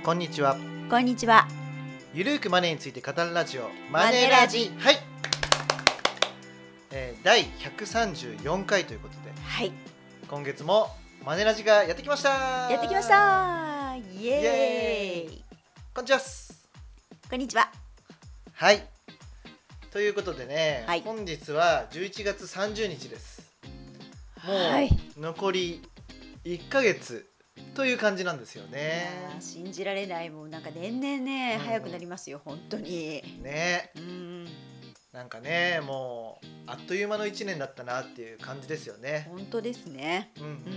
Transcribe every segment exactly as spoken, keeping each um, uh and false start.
こんにちは。 こんにちは。 ゆるーくマネーについて語るラジオマネラジはい、えー、だいひゃくさんじゅうよんかいということで、 はい、 今月もマネラジがやってきました。 やってきました。イエーイ。 イエーイこんにちは。 こんにちは。 はい、ということでね、 はい、 本日はじゅういちがつさんじゅうにちです。もはい、 う残りいっかげつという感じなんですよね。 いや信じられない。もうなんか年々ね、 うん、 早くなりますよ本当にね。 うん、 なんかね、もうあっという間のいちねんだったなっていう感じですよね。 本当ですね。 うんうんうんうん、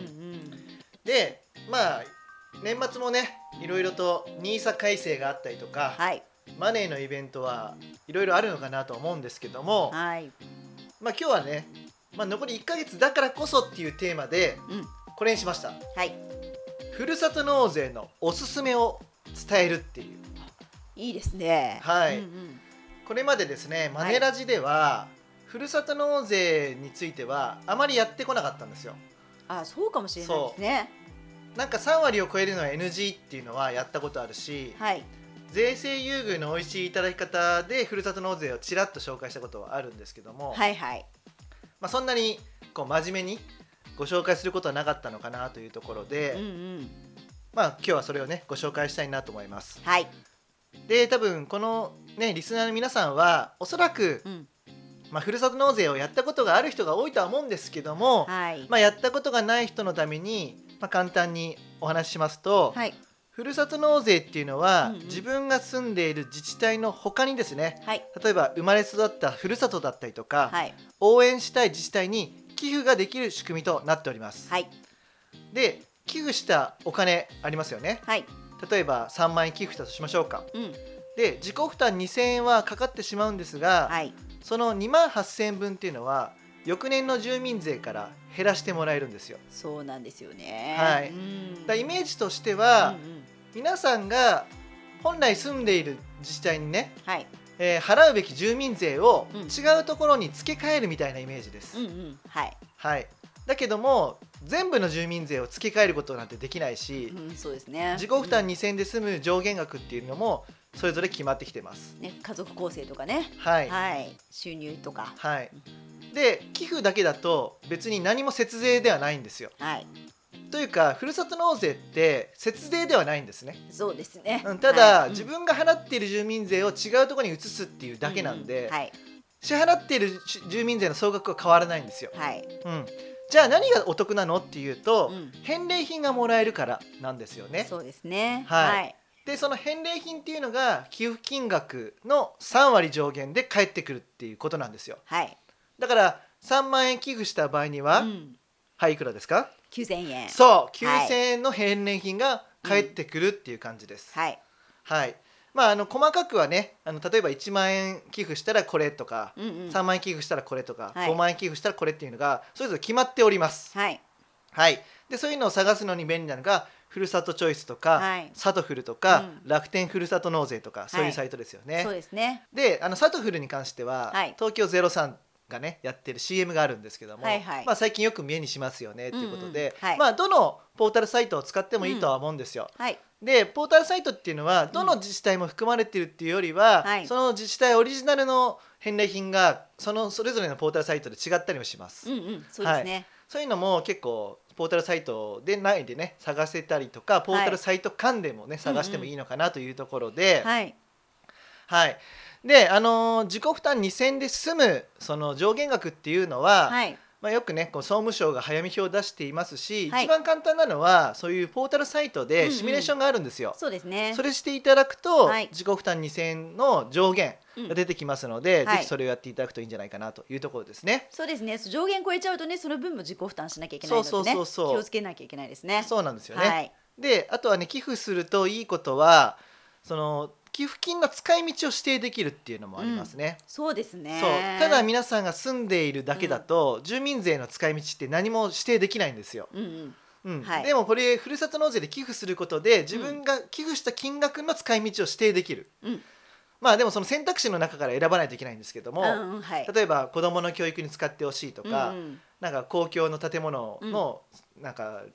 で、まあ年末もね、いろいろとニーサ改正があったりとか、 はい、 マネーのイベントはいろいろあるのかなと思うんですけども、 はい、 まあ今日はね、まあ、残りいっかげつだからこそっていうテーマでうん、 これにしました。 はい、 ふるさと納税のおすすめを伝えるっていう。 いいですね。 はい、 うんうん、 これまでですね、マネラジでは、ふるさと納税についてはあまりやってこなかったんですよ。 あ、そうかもしれないですね。 なんかさんわりを超えるのは エヌジー っていうのはやったことあるし、 はい、 税制優遇の美味しいいただき方でふるさと納税をちらっと紹介したことはあるんですけども、 はいはい、 まあ、そんなにこう真面目にご紹介することはなかったのかなというところで、 うんうん、 まあ今日はそれをねご紹介したいなと思います。 はい、 で、多分このねリスナーの皆さんはおそらく、 うん、 まあ、ふるさと納税をやったことがある人が多いとは思うんですけども、 はい、 まあ、やったことがない人のために、まあ、簡単にお話ししますと、 はい、 ふるさと納税っていうのは、 うんうん、 自分が住んでいる自治体の他にですね、 はい、 例えば生まれ育ったふるさとだったりとか、 はい、 応援したい自治体に寄付ができる仕組みとなっております。 はい、 で、寄付したお金ありますよね。 はい、 例えばさんまんえん寄付したとしましょうか。 うん、 で、自己負担にせんえんはかかってしまうんですが、 はい、 そのにまんはっせんえんぶんっていうのは翌年の住民税から減らしてもらえるんですよ。 そうなんですよね。 はい、 うん、 だからイメージとしては、 うんうん、 皆さんが本来住んでいる自治体にね、 はい、 えー払うべき住民税をうん違うところに付け替えるみたいなイメージです。 うんうん、はい、 はい、だけども全部の住民税を付け替えることなんてできないし、 うん、そうですね。 自己負担にせんえんで済む上限額っていうのもそれぞれ決まってきてます。 うん、ね、家族構成とかね、 はい、 はい、収入とか、 はい、で寄付だけだと別に何も節税ではないんですよ。 はい、 というかふるさと納税って節税ではないんですね。 そうですね。 うん、ただ、 はい、 自分が払っている住民税を違うところに移すっていうだけなんで、 うんうん、はい、 支払っている住民税の総額は変わらないんですよ。 はい、 うん、じゃあ何がお得なのっていうと、 うん、 返礼品がもらえるからなんですよね。 そうですね。 はい、 はい、 でその返礼品っていうのが寄付金額のさんわり上限で返ってくるっていうことなんですよ。 はい、 だからさんまんえん寄付した場合には、 うん、 はい、いくらですか？ きゅうせんえん。 そうきゅうせんえんの返礼品が返ってくるっていう感じです。 はい、 はい、まあ、あの細かくはね、あの例えばいちまんえん寄付したらこれとか、 うんうん、 さんまんえん寄付したらこれとか、 はい、 ごまんえん寄付したらこれっていうのがそれぞれ決まっております。 はい、 はい、でそういうのを探すのに便利なのがふるさとチョイスとか、 はい、 サトフルとか、 うん、 楽天ふるさと納税とか、そういうサイトですよね。 そうですね。 で、あのサトフルに関しては、 はい、 東京ゼロさんがねやってる シーエム があるんですけども、 はいはい、 まあ、最近よく目にしますよねということで、 うんうん、はい、 まあ、どのポータルサイトを使ってもいいとは思うんですよ。 はい、 でポータルサイトっていうのはどの自治体も含まれているっていうよりは、 はい、 その自治体オリジナルの返礼品がそのそれぞれのポータルサイトで違ったりもします。 うんうん、そうですね。 はい、そういうのも結構ポータルサイトでないでね探せたりとか、ポータルサイト間でもね、はい、探してもいいのかなというところで、 はい、 はい、であのー自己負担にせんえんで済むその上限額っていうのは、 はい、 まあ、よくねこう総務省が早見表を出していますし、 はい、 一番簡単なのはそういうポータルサイトでシミュレーションがあるんですよ。 うんうん、そうですね。 それしていただくと、 はい、 自己負担にせんえんの上限が出てきますので、 うん、 ぜひそれをやっていただくといいんじゃないかなというところですね。 そうですね。上限超えちゃうとね、その分も自己負担しなきゃいけないのでね、 そうそうそうそう、 気をつけなきゃいけないですね。 そうなんですよね。 はい、 であとはね、寄付するといいことはその寄付金の使い道を指定できるっていうのもありますね。 うん、そうですね。 そうただ皆さんが住んでいるだけだと、うん、住民税の使い道って何も指定できないんですよ。 うんうんうん、 はい、 でもこれふるさと納税で寄付することで自分が寄付した金額の使い道を指定できる、うん、まあでもその選択肢の中から選ばないといけないんですけども、 うんうんはい、 例えば子どもの教育に使ってほしいとか、 うんうん、 なんか公共の建物のなんか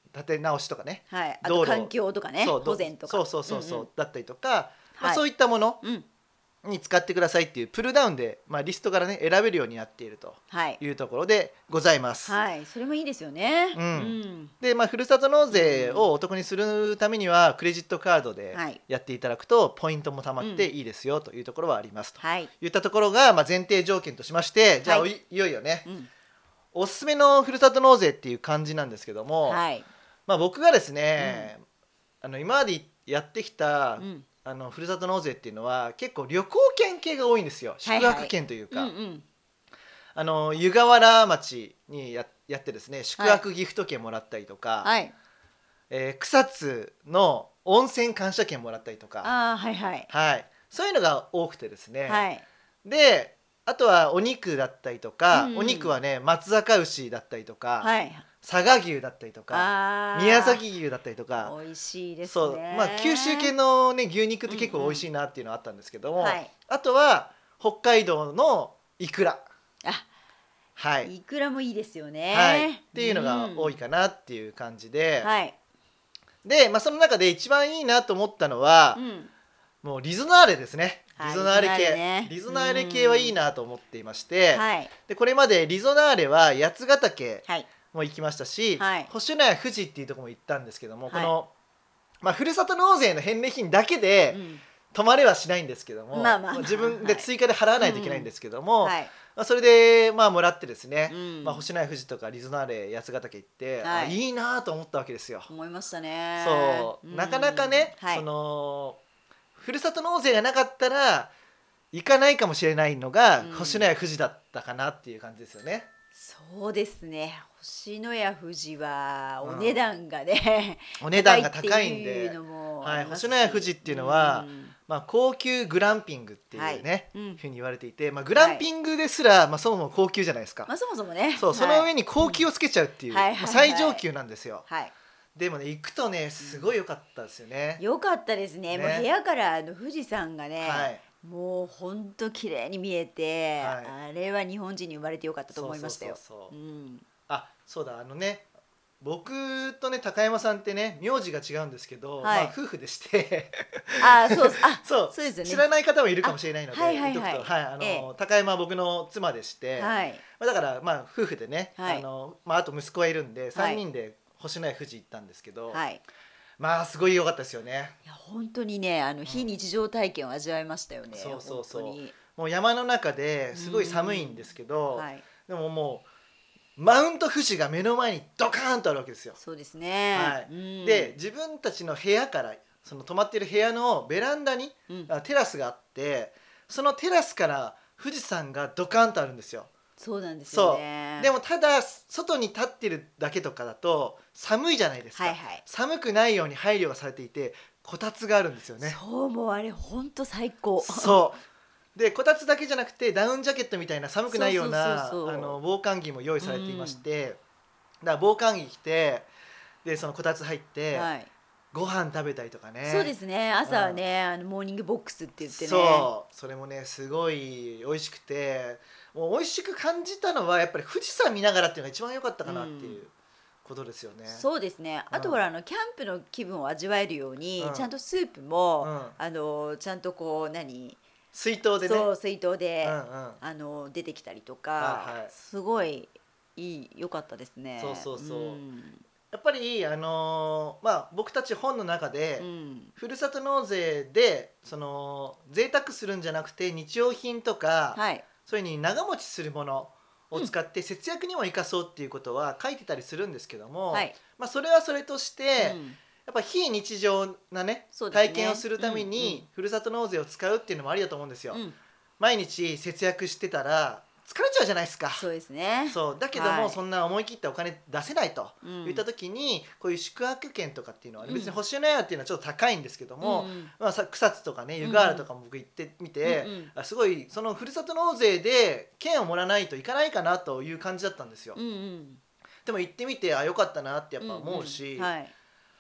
建て直しとかね、 はい、あ道路と環境とかね、 そう保全とか、 そうそうそうそう、 うんうん、 だったりとか、まあ、 はい、 そういったものうんに使ってくださいっていうプルダウンで、まあ、リストからね選べるようになっているとはい、 いうところでございます。 はい、それもいいですよね。 ううん、 ん、 で、まあ、ふるさと納税うんをお得にするためにはクレジットカードではい、 やっていただくとポイントも貯まってうんいいですよというところはありますとはい、 いったところが、まあ、前提条件としまして、じゃあ、 はいいいよいよね、 うん、 おすすめのふるさと納税っていう感じなんですけども、 はい、 まあ、僕がですね、あの今までやってきた、 うん、 あのふるさと納税っていうのは結構旅行券系が多いんですよ。宿泊券というか、 はいはい、うんうん、 あの湯河原町に や, やってですね宿はい泊ギフト券もらったりとか、 はい、 えー草津の温泉感謝券もらったりとか、 ああはいはい、 はい、そういうのが多くてですね、 はい、 であとはお肉だったりとか、 うんうん、 お肉はね松阪牛だったりとか、 はい、 佐賀牛だったりとかあ宮崎牛だったりとか、 美味しいですそうね。 まあ九州系の、ね、牛肉って結構うんうん美味しいなっていうのはあったんですけども、 はい、 あとは北海道のイクラ、 あ、 はい、 いくらもいいですよね。 はい、っていうのが多いうんかなっていう感じで、 はい、 で、まあ、その中で一番いいなと思ったのは、 うん、 もうリゾナーレですね。 はいリゾナーレ系、 リゾナーレねリゾナーレ系はいいなと思っていまして、 はい、 でこれまでリゾナーレは八ヶ岳はい、 も行きましたし、 はい星のや富士っていうところも行ったんですけども、 はいこの、まあ、ふるさと納税の返礼品だけでうん泊まれはしないんですけども、 まあまあまあ自分で追加で払わないといけないんですけども、 はい、 まあ、それでまあもらってですね、 うんまあ、星のや富士とかリゾナーレ八ヶ岳行って、 はいあいいなと思ったわけですよ。 思いましたね。 そう、 んなかなかね、 はい、 そのふるさと納税がなかったら行かないかもしれないのが、 うん星のや富士だったかなっていう感じですよね。 そうですね。星のや富士はうんお値段がね、 お値段が高いんっていでうのもあはい、 りますし星のや富士っていうのは、 うんまあ、高級グランピングっていうね、 はいうんふうに言われていて、まあ、グランピングですら、まあ、そもそも高級じゃないですか。 まあそもそもね、 そう、その上に高級をつけちゃうっていう、 はいまあ、最上級なんですよ。 はい、 でもね行くとねすごい良かったですよね。 良かったですね。 ねもう部屋からあの富士山がね、 はい、 もう本当綺麗に見えて、 はいあれは日本人に生まれてよかったと思いましたよ。 そうそうそうそううん、 あ、そうだ、あのね僕とね高山さんってね名字が違うんですけど、 はいまあ、夫婦でしてあ、そうあ、 そうそうですよね。 知らない方もいるかもしれないのであはいはいはい言っとくと、はい、あの、 ええ高山は僕の妻でして、 はいまあ、だからまあ夫婦でね、 はいあのまあ、あと息子がいるんでさんにんで星のや富士行ったんですけど、 はい。 まあすごい良かったですよね。 いや本当にねあの非日常体験を味わいましたよね。 そうそうそう本当にもう山の中ですごい寒いんですけど、 はい、 でももうマウント富士が目の前にドカーンとあるわけですよ。 そうですね。 はいうんで自分たちの部屋からその泊まっている部屋のベランダに、 うんあテラスがあってそのテラスから富士山がドカーンとあるんですよ。 そうなんですそうよね。 でもただ外に立ってるだけとかだと寒いじゃないですか、 はいはい。 寒くないように配慮がされていてこたつがあるんですよね。 そうもうあれ本当最高。 そうでこたつだけじゃなくてダウンジャケットみたいな寒くないようなそうそうそうそうあの防寒着も用意されていまして、だから防寒着着てでそのこたつ入って、 はい。 ご飯食べたりとかね。 そうですね。朝はね、あのモーニングボックスって言ってね。 そうそれもねすごい美味しくてもう美味しく感じたのはやっぱり富士山見ながらっていうのが一番良かったかなっていうことですよね。 そうですね。あとうんはあのキャンプの気分を味わえるように、 うんちゃんとスープも、 うんあのちゃんとこう何、 水筒でね。 そう水筒で、 うんうんあの出てきたりとか、 はいはいすごいいい良かったですね。 そうそうそうんやっぱりあのーまあ僕たち本の中で、 うんふるさと納税でその贅沢するんじゃなくて日用品とか、 はい。 そういうふうに長持ちするものを使って節約にも生かそうっていうことは書いてたりするんですけども、 はい。 まあ、それはそれとして、 うんやっぱ非日常なねそうですね体験をするためにふるさと納税を使うっていうのもありだと思うんですよ。 うん、 毎日節約してたら疲れちゃうじゃないですか。 そうですね。 そうだけども、 はいそんな思い切ったお金出せないとうん言った時に、こういう宿泊券とかっていうのはね、 うん別に星のやっていうのはちょっと高いんですけども、 うんうんまあ、さ草津とかね湯河原とかも僕行ってみて、 うんうんあすごいそのふるさと納税で券をもらわないといかないかなという感じだったんですよ。 うんうん。 でも行ってみてあよかったなってやっぱ思うし、 んんはい。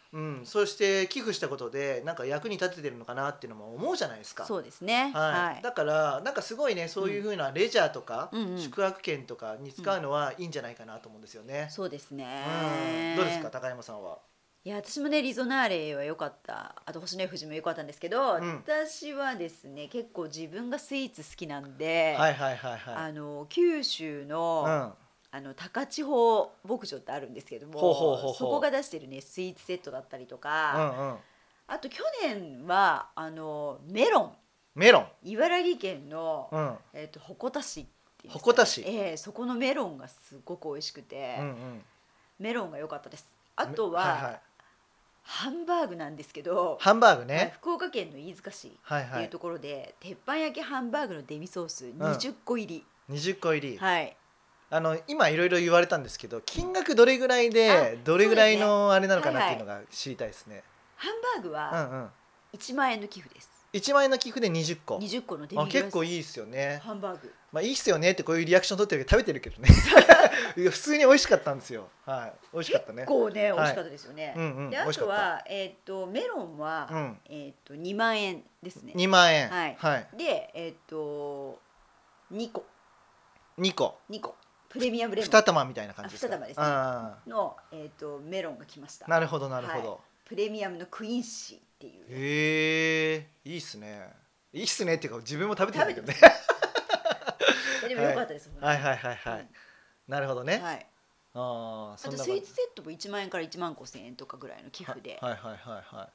うん、そして寄付したことでなんか役に立ててるのかなっていうのも思うじゃないですか。 そうですね。 はいはい。 だからなんかすごいねそういう風なレジャーとか、 うんうん宿泊券とかに使うのはいいんじゃないかなと思うんですよね。 そうですうん、どうですかね。 高山さんは。 いや私もねリゾナーレは良かった。あと星のや富士も良かったんですけど、 うん、 私はですね結構自分がスイーツ好きなんで、 はいはいはいはい。 あの九州のうん、 あの高千穂牧場ってあるんですけどほうほうも、 ほうそこがほ出してるねスイーツセットだったりとう。うか、 んうん。 あと去年はあのメロン、 メロン。 茨城県の、 うん。 えっと鉾田市っていうんですかね、 鉾田市。 ええそこのメロンがすごく美味しくて、 うんうん。 メロンが良かったです。あめとははいはい。 ハンバーグなんですけど、 ハンバーグはい、 ね。 福岡県の飯塚市ってはいはい。 いうところで鉄板焼きハンバーグのデミソースうん。 にじゅっこ入り、 にじゅっこ入り。 はい、 あの今いろいろ言われたんですけど、 うん、 金額どれぐらいあ、 でどれぐらいそうですね、 のあれなのかなっていうのはいはい、 が知りたいですね。 ハンバーグはうんうん。 いちまん円の寄付です。 いちまん円の寄付でにじゅっこ。 にじゅっこのデあ、 ミグラス結構いいっすよね。 ハンバーグ。 まあいいっすよねってこういうリアクション取ってるけど食べてるけどね。いや普通に美味しかったんですよ。はい。美味しかったね。 結構ね美味はい。 しかったですよね。 うんうん。 であ美味しかった。 とはえっ、とメロンは、 うん。 えっ、とにまん円ですね。 にまん円。 はい。 はい。 でえっ、とにこにこ。 にこプレミアムレモン、 に玉みたいな感あじですか。 に玉ですねあのえっ、とメロンが来ました。 あ。なるほどなるはい。 ほど。 プレミアムのクイーンシーっていうやつですね。 へえ、いいっすね。いいっすねっていうか自分も食べてるんだけどね。 食べてます。いやでも良かったです、 はい、 本当に。 はいはいはいはい。なるほどね。 はい。 ああ、 あとそんな感じ。 スイーツセットもいちまん円からいちまんごせん円とかぐらいの寄は付で、 はいはいはいはい。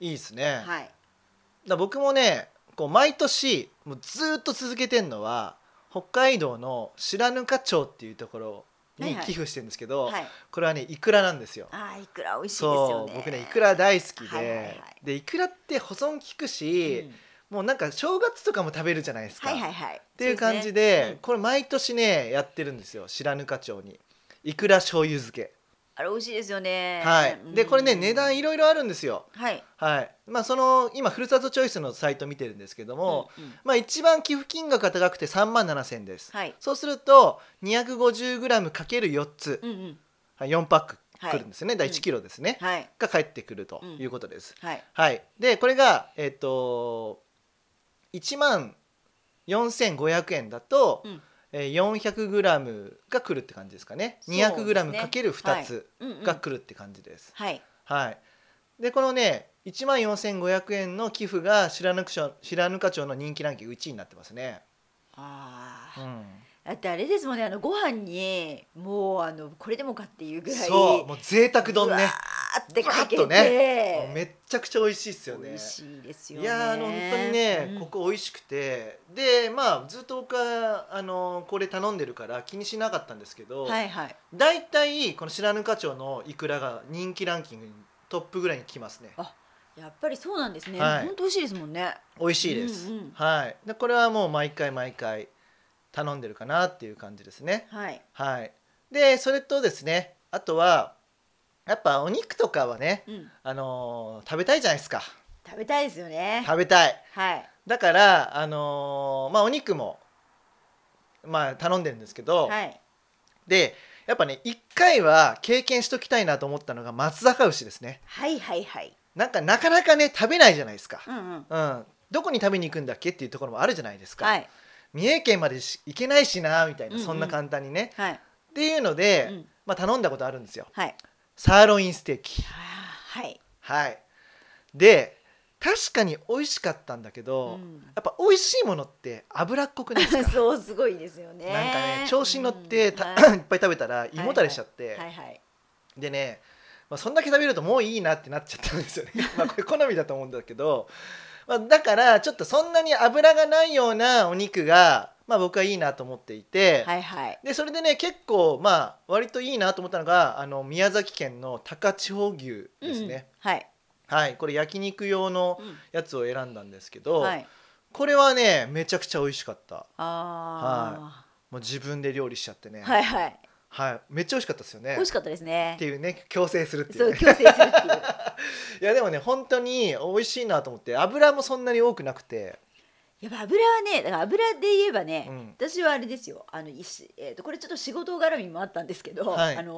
いいっすね。 はい。 だ僕もね、こう毎年もうずーっと続けてんのは北海道の白糠町っていうところはいはいに寄付してるんですけど、 はい。 これはねイクラなんですよ。 ああ、いくら美味しいですよね。 そう僕ねイクラ大好きはいはいはい。 で、でイクラって保存効くし、 うん。 もうなんか正月とかも食べるじゃないですか、 はいはいはい。 っていう感じで、これ毎年ねやってるんですよ白糠町にいくら醤油漬け。 あれ美味しいですよね。 はいでこれね値段いろ。 ろいろあるんですよ。 はい。 はいまあその今ふるさとチョイスのサイト見てるんですけども、 うんうん。 まあ一番寄付金額が高くてさんまんななせんえんです。 はい。 そうすると にひゃくごじゅうグラムかけるよっつ、 うんうん。 はい、よんパックはい。 くるんですよね。だいちキロですね、 はい。 が返ってくるとうん。 いうことです。 はい。 はいでこれがえっ、といちまんよんせんごひゃくえんだと、 うん。 えー、よんひゃくグラムが来るって感じですかね。 そうですね。 にひゃくグラムかけるふたつうんうん。 が来るって感じです。 はい。 はいでこのねいちまんよんせんごひゃくえんの寄付が白糠町白糠町の人気ランキングいちいになってますね。 ああ。 うんだってあれですもんね、あのご飯にもうあのこれでもかっていうぐらいそうもう贅沢丼ね。 ぶわーってかけぶわーっとねめて、 っちゃくちゃ美味しいっすよね。 美味しいですよいね。 やーあの本当にね、 うんここ美味しくてでまあずっと僕はあのこれ頼んでるから気にしなかったんですけど、 はいはい。 だいたいこの白糠町のイクラが人気ランキングにトップぐらいに来ますね。 あ、やっぱりそうなんですね。 はい本当美味しいですもんね。 美味しいです、 うんうん。 はいでこれはもう毎回毎回頼んでるかなっていう感じですね。 はい。 はいでそれとですねあとはやっぱお肉とかはね、 うん。 あのー食べたいじゃないですか。 食べたいですよね。 食べたいはい。 だからあのーまあお肉もまあ頼んでるんですけど、 はい。 でやっぱねいっかいは経験しときたいなと思ったのが松阪牛ですね。 はいはいはい。 なんかなかなかね食べないじゃないですか。 うんうん。 うん、どこに食べに行くんだっけっていうところもあるじゃないですか。 はい。 三重県までし行けないしなみたいな、 うんうんそんな簡単にねはい。 っていうので、 うん。 まあ、頼んだことあるんですよ。 はい。 サーロインステーキ。 ははい。 はいで確かに美味しかったんだけうど、 ん。 やっぱ美味しいものって脂っこくないですか。 そうすごいですよね。 なんかね調子に乗ってた、 うんはいいっぱい食べたら胃もたれしちゃって、 はいはい。 でね、まあ、そんだけ食べるともういいなってなっちゃったんですよね。まあこれ好みだと思うんだけど、まあ、だからちょっとそんなに脂がないようなお肉が、まあ、僕はいいなと思っていて、 はいはい。 でそれでね結構まあ割といいなと思ったのがあの宮崎県の高千穂牛ですね。 うん、はい。 はいこれ焼肉用のうんやつを選んだんですけど、 はい。 これはねめちゃくちゃ美味しかった。 あもう自分で料理しちゃってね、 あ。はいはい。 はい、めっちゃ美味しかったですよね。 美味しかったですね。 っていうね強制するっていそう、 うね。 強制するっていう。 いやでもね本当に美味しいなと思って油もそんなに多くなくて、 やっぱ油はね、だから油で言えばね、 うん、 私はあれですよ。あの、いしえっとこれちょっと仕事絡みもあったんですけど、 はいあの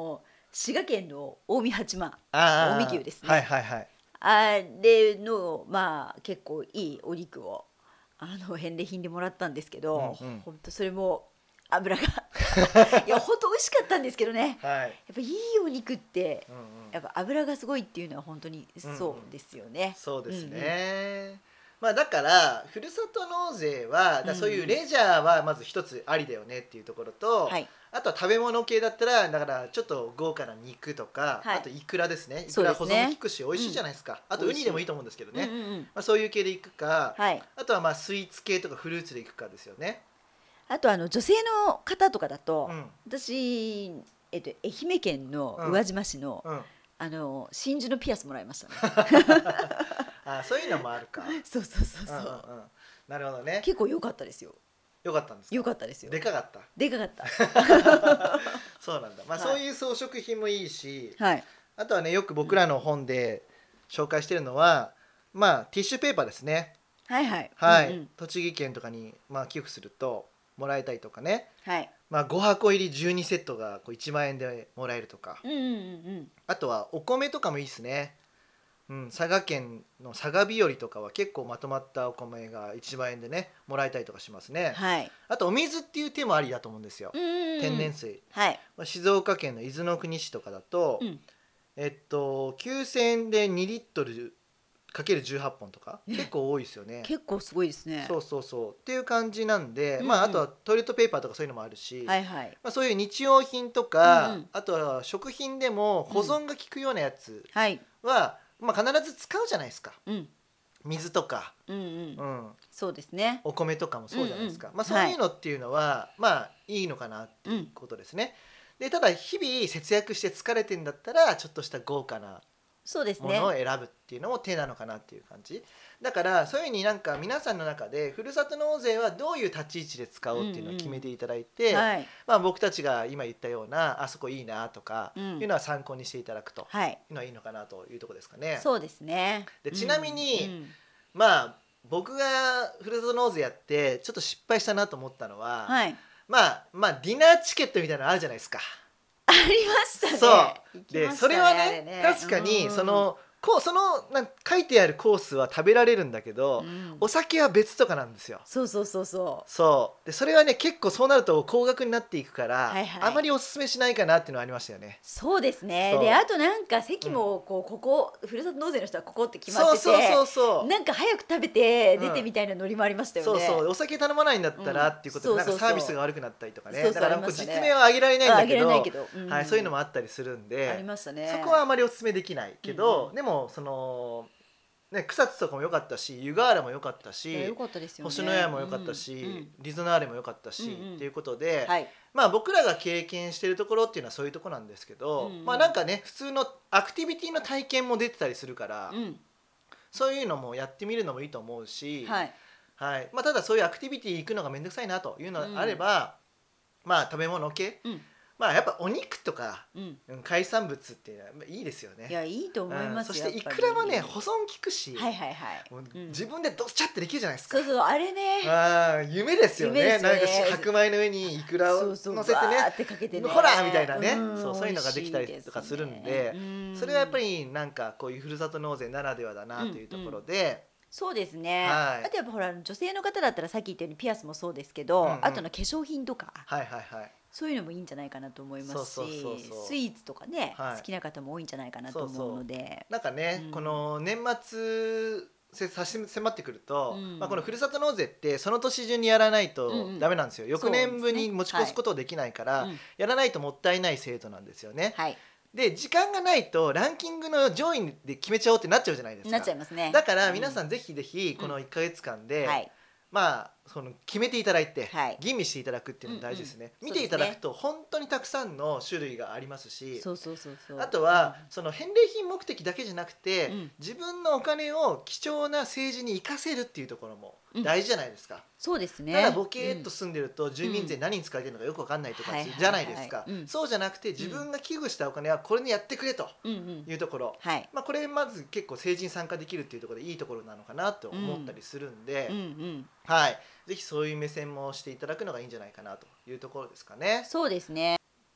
滋賀県の近江八幡、 あ近江牛ですね、 はいはいはい。 あれのまあ結構いいお肉をあの返礼品でもらったんですけど、 うんうん、 ほんとそれも油がいやほんと美味しかったんですけどね、 はい。 やっぱいいお肉ってうんうんやっぱ油がすごいっていうのは本当にうんうんそうですよね。 そうですうんうんね。まあだからふるさと納税はだからそういうレジャーはまず一つありだよねっていうところと、 はい、 あとは食べ物系だったらだからちょっと豪華な肉とか、 はい、 あとイクラですね。イそクラ保存も効うですね。 くし美味しいじゃないですか。あとウニでもいいと思うんですけどうんうね。 んうん。 まあそういう系でいくか、 はい。 あとはまあスイーツ系とかフルーツでいくかですよね。 あとあの女性の方とかだと、 うん、 私えっと愛媛県の宇うん、 和島市のうん。 あの真珠のピアスもらいましたね。 あ、そういうのもあるか。 そうそうそううんうんうん。 そう。 なるほどね。 結構良かったですよ。 よかったんです良か。 かったですよ。 でかかった。 でかかった。 そうなんだ。まあはい。 そういう装飾品もいいし、 はい。 あとはねよくうん。 僕らの本で紹介してるのは、まあティッシュペーパーですね。 はいはい。うんうはい。 ん。 栃木県とかにまあ寄付するともらえたりとかね。 はい。 まあご箱入りじゅうにセットがこういちまん円でもらえるとか。 うんうんうんうん。 あとはお米とかもいいですね。うん、佐賀県の佐賀日和とかは結構まとまったお米がいちまん円でねもらえたりとかしますね。 はい。 あとお水っていう手もありだと思うんですよ。 うんうんうん。 天然水。 はい。 まあ静岡県の伊豆の国市とかだと、 うん。 えっときゅうせんえんでにリットルかけるじゅうはっぽんとか結え、 構多いですよね。 結構すごいですね。 そうそうそうっていう感じなんで、 うんうん。 まああとはトイレットペーパーとかそういうのもあるし、 はいはい。 まあ、そういう日用品とうんうか、 ん。 あとは食品でもうん。 保存が効くようなやつはい。 は、まあ、必ず使うじゃないですか。 うん。 水とか、 うんうん。 うん、 そうですね。 お米とかもうんうそうじゃないですん。 か。まあ、そういうはい。 のっていうのはまあいいのかなっていううん。 ことですね。でただ日々節約して疲れてんだったらちょっとした豪華なそうですものをね。 選ぶっていうのも手なのかなっていう感じだから、そういうふうになんか皆さんの中でふるさと納税はどういう立ち位置で使うんうおうっていうのを決めん。 ていただいて、 はい。 まあ、僕たちが今言ったようなあそこいいなとかうん。 いうのは参考にしていただくとはい。 いうのはいいのかなというところですかね。 そうですね。 でちなみうんうにん。 まあ僕がふるさと納税やってちょっと失敗したなと思ったのは、 はい。 まあまあディナーチケットみたいなのあるじゃないですか。 ありましたそね。行うきでそれはましたね、あれねね。う確かにそん。 のこうそのなん書いてあるコースは食べられるんだけど、 うん。 お酒は別とかなんですよ。 そうそうそうそう。 そうでそれはね結構そうなると高額になっていくからはいはい。 あまりおすすめしないかなっていうのはありましたよね。 そうですね。で、 そあとなんかう、 席うん、 もこうここふるさと納税の人はここって決まっそうてて、 そうそうそなんか早く食べてう、うん、 出てみたいなノリもありましたよそうそうね。 お酒頼まないんだったらうん。 っていうことでそうなんかサービスそうそが悪くなったりとかう。そうそうありねだからこうましたね。 実名は挙げられないんあ、あげられないだけど、 けど。うはい、そういうのん。 もあったりするんありでましたそこはあね。 まりおすすめできないうんうけどん。 でもそのね、草津とかも良かったし湯河原も良かったいや、良しかったですよ星のやね。うも良かったん。うしん。 リゾナーレも良かったうんうしってん。 いうことで、 はい。 まあ僕らが経験してるところっていうのはそういうところなんですけうんど、まあなんうん。 かね普通のアクティビティの体験も出てたりするからうん。 そういうのもやってみるのもいいと思うし、 はい。 はいまあ、ただそういうアクティビティ行くのがめんどくさいなというのがあれうん。 ば、まあ食べ物系、 うん。 まあやっぱお肉とかうん。 うん海産物っていうのはいいですよね。 いや、いいと思いうん、そます、 してイやっぱクラはねり。 保存効くしはいはいはい。 もううん。 自分でドシャってできるじゃないですか。 そうそう、あれね、 ああ夢ですよ夢でね。なんかしすよね。 白米の上にイクラをそうそう、 乗せてねバーってかけてほらみたいね。うなねそうそうん、美味いうのができたしいですりとかするんね。うでそれはやっぱん。 りなんかこういうふるさと納税ならではだうなというとこんうん。 ろで、 そうですね。 はいあとやっぱほら、女性の方だったらさっき言ったようにピアスもそうですけうんうど、あとのん化粧品とか、 はいはいはいそういうのもいいんじゃないかなと思いますそうそうそうし、スそイーツとかね、 うはい好きな方も多いんじゃないかなと思うそうそので。 うなんかねこうん。 の年末せ差し迫ってくるうと、まあ、このん。 ふるさと納税ってその年中にやらないうんうとダん。 メなんですよ。翌年分にそうですね。 持ち越すはい。 ことできないからうん。 やらないともったいない制度なんですよね。 はい。 で時間がないとランキングの上位で決めちゃおうってなっちゃうじゃないですなっちゃか。 いますね。 だからうん。 皆さんぜひぜひうん。 このいっかげつかんではい。 まあその決めていただいてはい。 吟味していただくっていうのもうんうん。 大事ですね。見そうていただくですね。 と本当にたくさんの種類がありますしそうそうそうそあとう。うん。 はその返礼品目的だけじゃなくてうん。 自分のお金を貴重な政治に生かせるっていうところもうん。 大事じゃないですか。 そうですただね。 ボケーっとうん。 住んでると住民税うん。 何に使われてるのかよく分かんないとかはいじゃないではいはい。 すか。 うん。 そうじゃなくてうん。 自分が寄付したお金はこれにやってくれとうんうん。 いうところ、 はい。 まあ、これまず結構政治に参加できるっていうところでいいところなのかなとうん。 思ったりするんうんで、 うん。 はい、ぜひそういう目線もしていただくのがいいんじゃないかなというところですかね。 そうですね。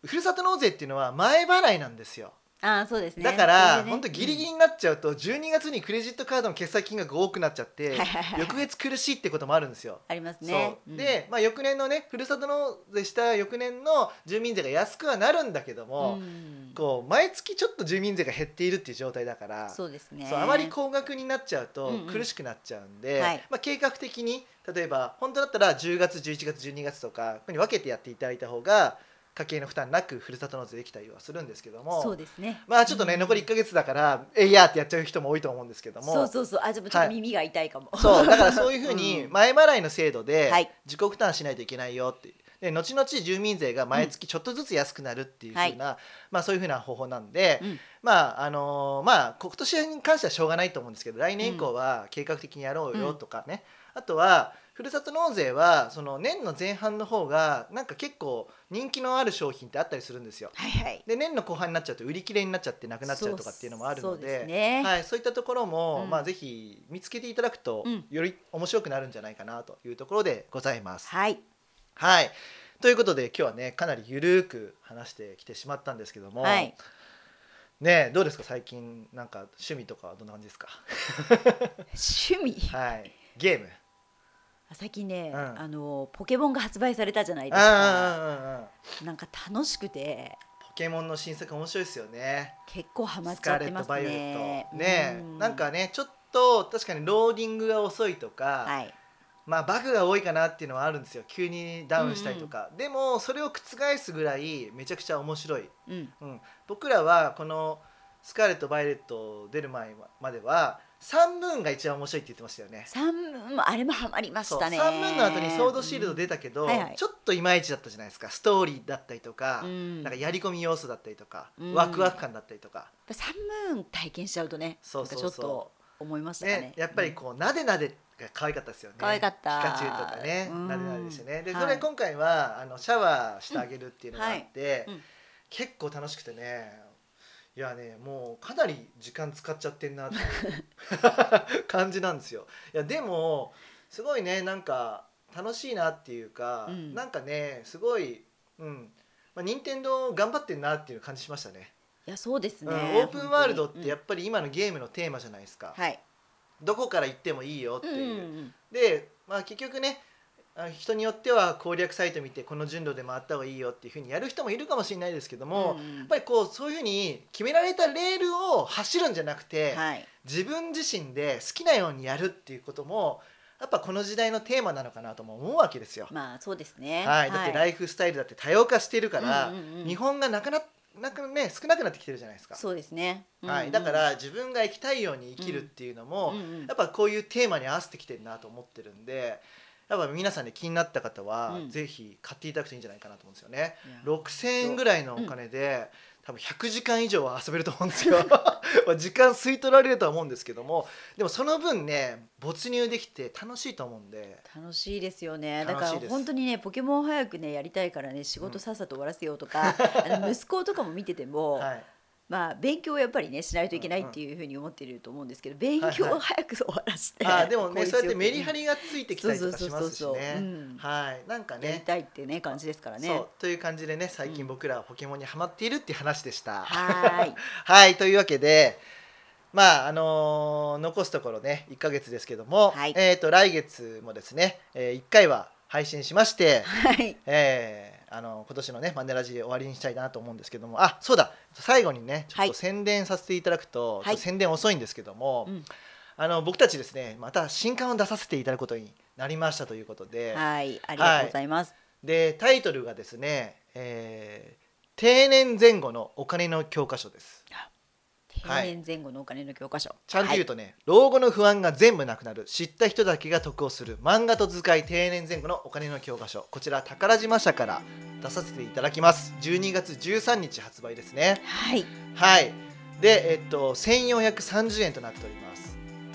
ふるさと納税っていうのは前払いなんですよ。 ああそうですね。 だからそれでね本当ギリギリになっちゃうとじゅうにがつにクレジットカードの決済金額が多くなっちゃってはいはいはい翌月苦しいってこともあるんですよ。 ありますね。 そうで、まあ、翌年のねふるさと納税した翌年の住民税が安くはなるんだけどうんも、 うんこう毎月ちょっと住民税が減っているっていう状態だからそうですね。 そうあまり高額になっちゃうとうんうん苦しくなっちゃうんで、 はいまあ、計画的に例えば本当だったらじゅうがつじゅういちがつじゅうにがつとかこういうふうに分けてやっていただいた方が家計の負担なくふるさと納税できたりはするんですけども、 そうですね。 まあちょっとね、 うん残りいっかげつだからえいやーってやっちゃう人も多いと思うんですけども、 そうそうそう。あでもちょっと耳が痛いかも。 そうだからそういうふうにうん前払いの制度ではい自己負担しないといけないよってで後々住民税が毎月ちょっとずつ安くなるっていうふうな、まあ、そういうふうな方法なんで、 うんまああのーまあ今年に関してはしょうがないと思うんですけど来年以降は計画的にやろうよとかね、あとはふるさと納税はその年の前半の方がなんか結構人気のある商品ってあったりするんですよ。 はいはい。 で年の後半になっちゃうと売り切れになっちゃってなくなっちゃうとかっていうのもあるのそうそうでですね。 はい、そういったところも、 うんまあ、ぜひ見つけていただくと、 うんより面白くなるんじゃないかなというところでございます。 はい。 はい、ということで今日はねかなりゆるく話してきてしまったんですけども、 はい。 ねえどうですか最近なんか趣味とかはどんな感じですか？ 趣味。 はい、ゲーム最近ね、 うんあのポケモンが発売されたじゃないですあか。 あなんか楽しくてポケモンの新作面白いですよね。 結構ハマっスちゃってますカーレット・バイオレッね。 トねえうんなんかねちょっと確かにローディングが遅いとか、 はい。 まあバグが多いかなっていうのはあるんですよ。急にダウンしたりとか、でもそれを覆すぐらいめちゃくちゃ面白い、 うん。 うん、僕らはこのスカーレット・バイオレット出る前まではサンムーンが一番面白いって言ってましたよね。 三あれもハマりまそうしたね。 サンムーンの後にソードシールド出たけど、 うんはいはいちょっといまいちだったじゃないですか。ストーリーだったりとか、 うんなんかやり込み要素だったりとか、 うんワクワク感だったりとか、 サンムーン体験しちゃうとね、 そうそうそうなんかちょっと思いましたかね。 ね、やっぱりこうなでなでが可愛かったですよね。 可愛かったピカチュウとかね、 うんなでなででしたね。で、 はいそれ今回はあのシャワーしてあげるっていうのがあって、 うんはいうん結構楽しくてね。いやね、もうかなり時間使っちゃってんなっていう感じなんですよ。いやでもすごいねなんか楽しいなっていうか、 うんなんかねすごい、うんまあ、任天堂頑張ってんなっていう感じしましたね。 いやそうですね。 うん、オープンワールドってやっっぱり今のゲームのテーマじゃないですか。 はい。 どこから行ってもいいよってうんいう。 うんうんで、まあ、結局ねあ人によっては攻略サイト見てこの順路で回った方がいいよっていうふうにやる人もいるかもしれないですけども、 うんうんやっぱりこうそういうふうに決められたレールを走るんじゃなくて、 はい。 自分自身で好きなようにやるっていうこともやっぱこの時代のテーマなのかなとも思うわけですよ。 まあそうですね。 はい、だってライフスタイルだって多様化してるから、 うんうんうん日本がなくななく、ね、少なくなってきてるじゃないですか。 そうですね。 はい、だから自分が生きたいように生きるっていうのも、 うんうんやっぱこういうテーマに合わせてきてるなと思ってるんでやっぱ皆さんで気になった方は、 うんぜひ買っていただくといいんじゃないかなと思うんですよね。 いやろくせんえんぐらいのお金で、多分ひゃくじかん以上は遊べると思うんですよまあ時間吸い取られるとは思うんですけどもでもその分ね没入できて楽しいと思うんで楽しいですよね。だから楽しいです本当にねポケモン早くねやりたいからね仕事さっさと終わらせようとか、あの息子とかも見てても、 はいまあ勉強をやっぱりねしないといけないっていうふうに思っていると思うんですけど、勉強を早く終わらせて、 あーでもね効率よくそうやってメリハリがついてきたりとかしますしそうそうそうそうねうんはいなんかやりねたいってね感じですからね。 そうという感じでね最近僕らはポケモンにハマっているっていう話でした。 はーい。 はいというわけでまああのー残すところねいっかげつですけども、 はいえー、と来月もですね、えー、いっかいは配信しまして、 はい。 えーあの今年のねマネラジ終わりにしたいなと思うんですけどもあそうだ最後にねちょっはいと宣伝させていただくと、 はいちょっと宣伝遅いんですけども、 うんあの僕たちですねまた新刊を出させていただくことになりましたということで、 はいありがとうございます。 でタイトルがですね、えー定年前後のお金の教科書です。 定年前後のお金の教科書。 ちゃんと言うと、 とね、老後の不安が全部なくなる知った人だけが得をする漫画と図解定年前後のお金の教科書、こちら宝島社から出させていただきます。じゅうにがつじゅうさんにち発売ですね。 はい。 はいでえっとせんよんひゃくさんじゅうえんとなっております。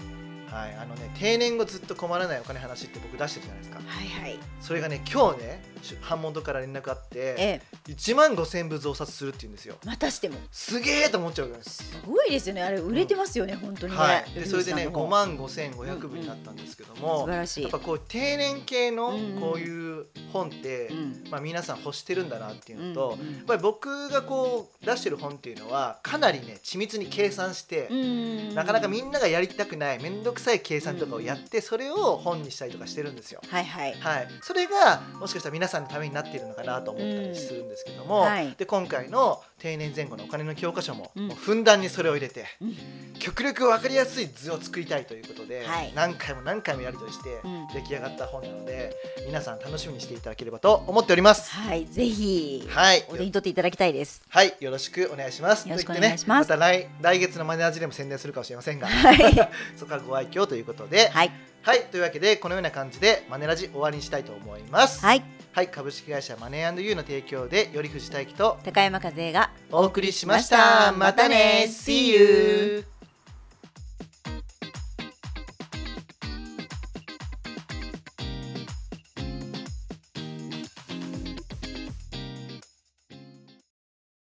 はい、あのね定年後ずっと困らないお金話って僕出してるじゃないですか。 はいはい。 それがね今日ね版元から連絡あって、 ええ、 いちまんごせんぶ増刷するって言うんですよ。 またしてもすげーと思っちゃうじゃないですか。 すごいですよね。あれ売れてますよね、うん、本当にね。 はい、でそれでねごごまんごせんごひゃくぶになったんですけども、 素晴らしい。 やっぱこう定年系のうんうんこういう本って、 うん、 まあ、皆さん欲してるんだなっていうのと、 うんうん、 やっぱり僕がこう出してる本っていうのはかなりね緻密に計算して、 うん、 なかなかみんながやりたくないめんどくさい計算とかをやって、それを本にしたりとかしてるんですよ。 はいはい、 はい、それがもしかしたら皆さんのためになっているのかなと思ったりするんですけども、 うん、はい、 で今回の定年前後のお金の教科書も、 うん、 もうふんだんにそれを入れて、 うん、 極力分かりやすい図を作りたいということで、 はい、 何回も何回もやり取りしてうん出来上がった本なので、皆さん楽しみにしていただければと思っております。 はい、ぜひ、 はい、 お手に取っていただきたいです。 はい、よろしくお願いします。 よろしくお願いします。 といってね、また 来, 来月のマネージでも宣伝するかもしれませんが、 はい、 そこはご愛嬌ということで、 はい、 はい、というわけでこのような感じでマネラジ終わりにしたいと思います。 はい、 はい、株式会社マネー&ユーの提供で頼藤大樹と高山和恵がお送りしました。またね See you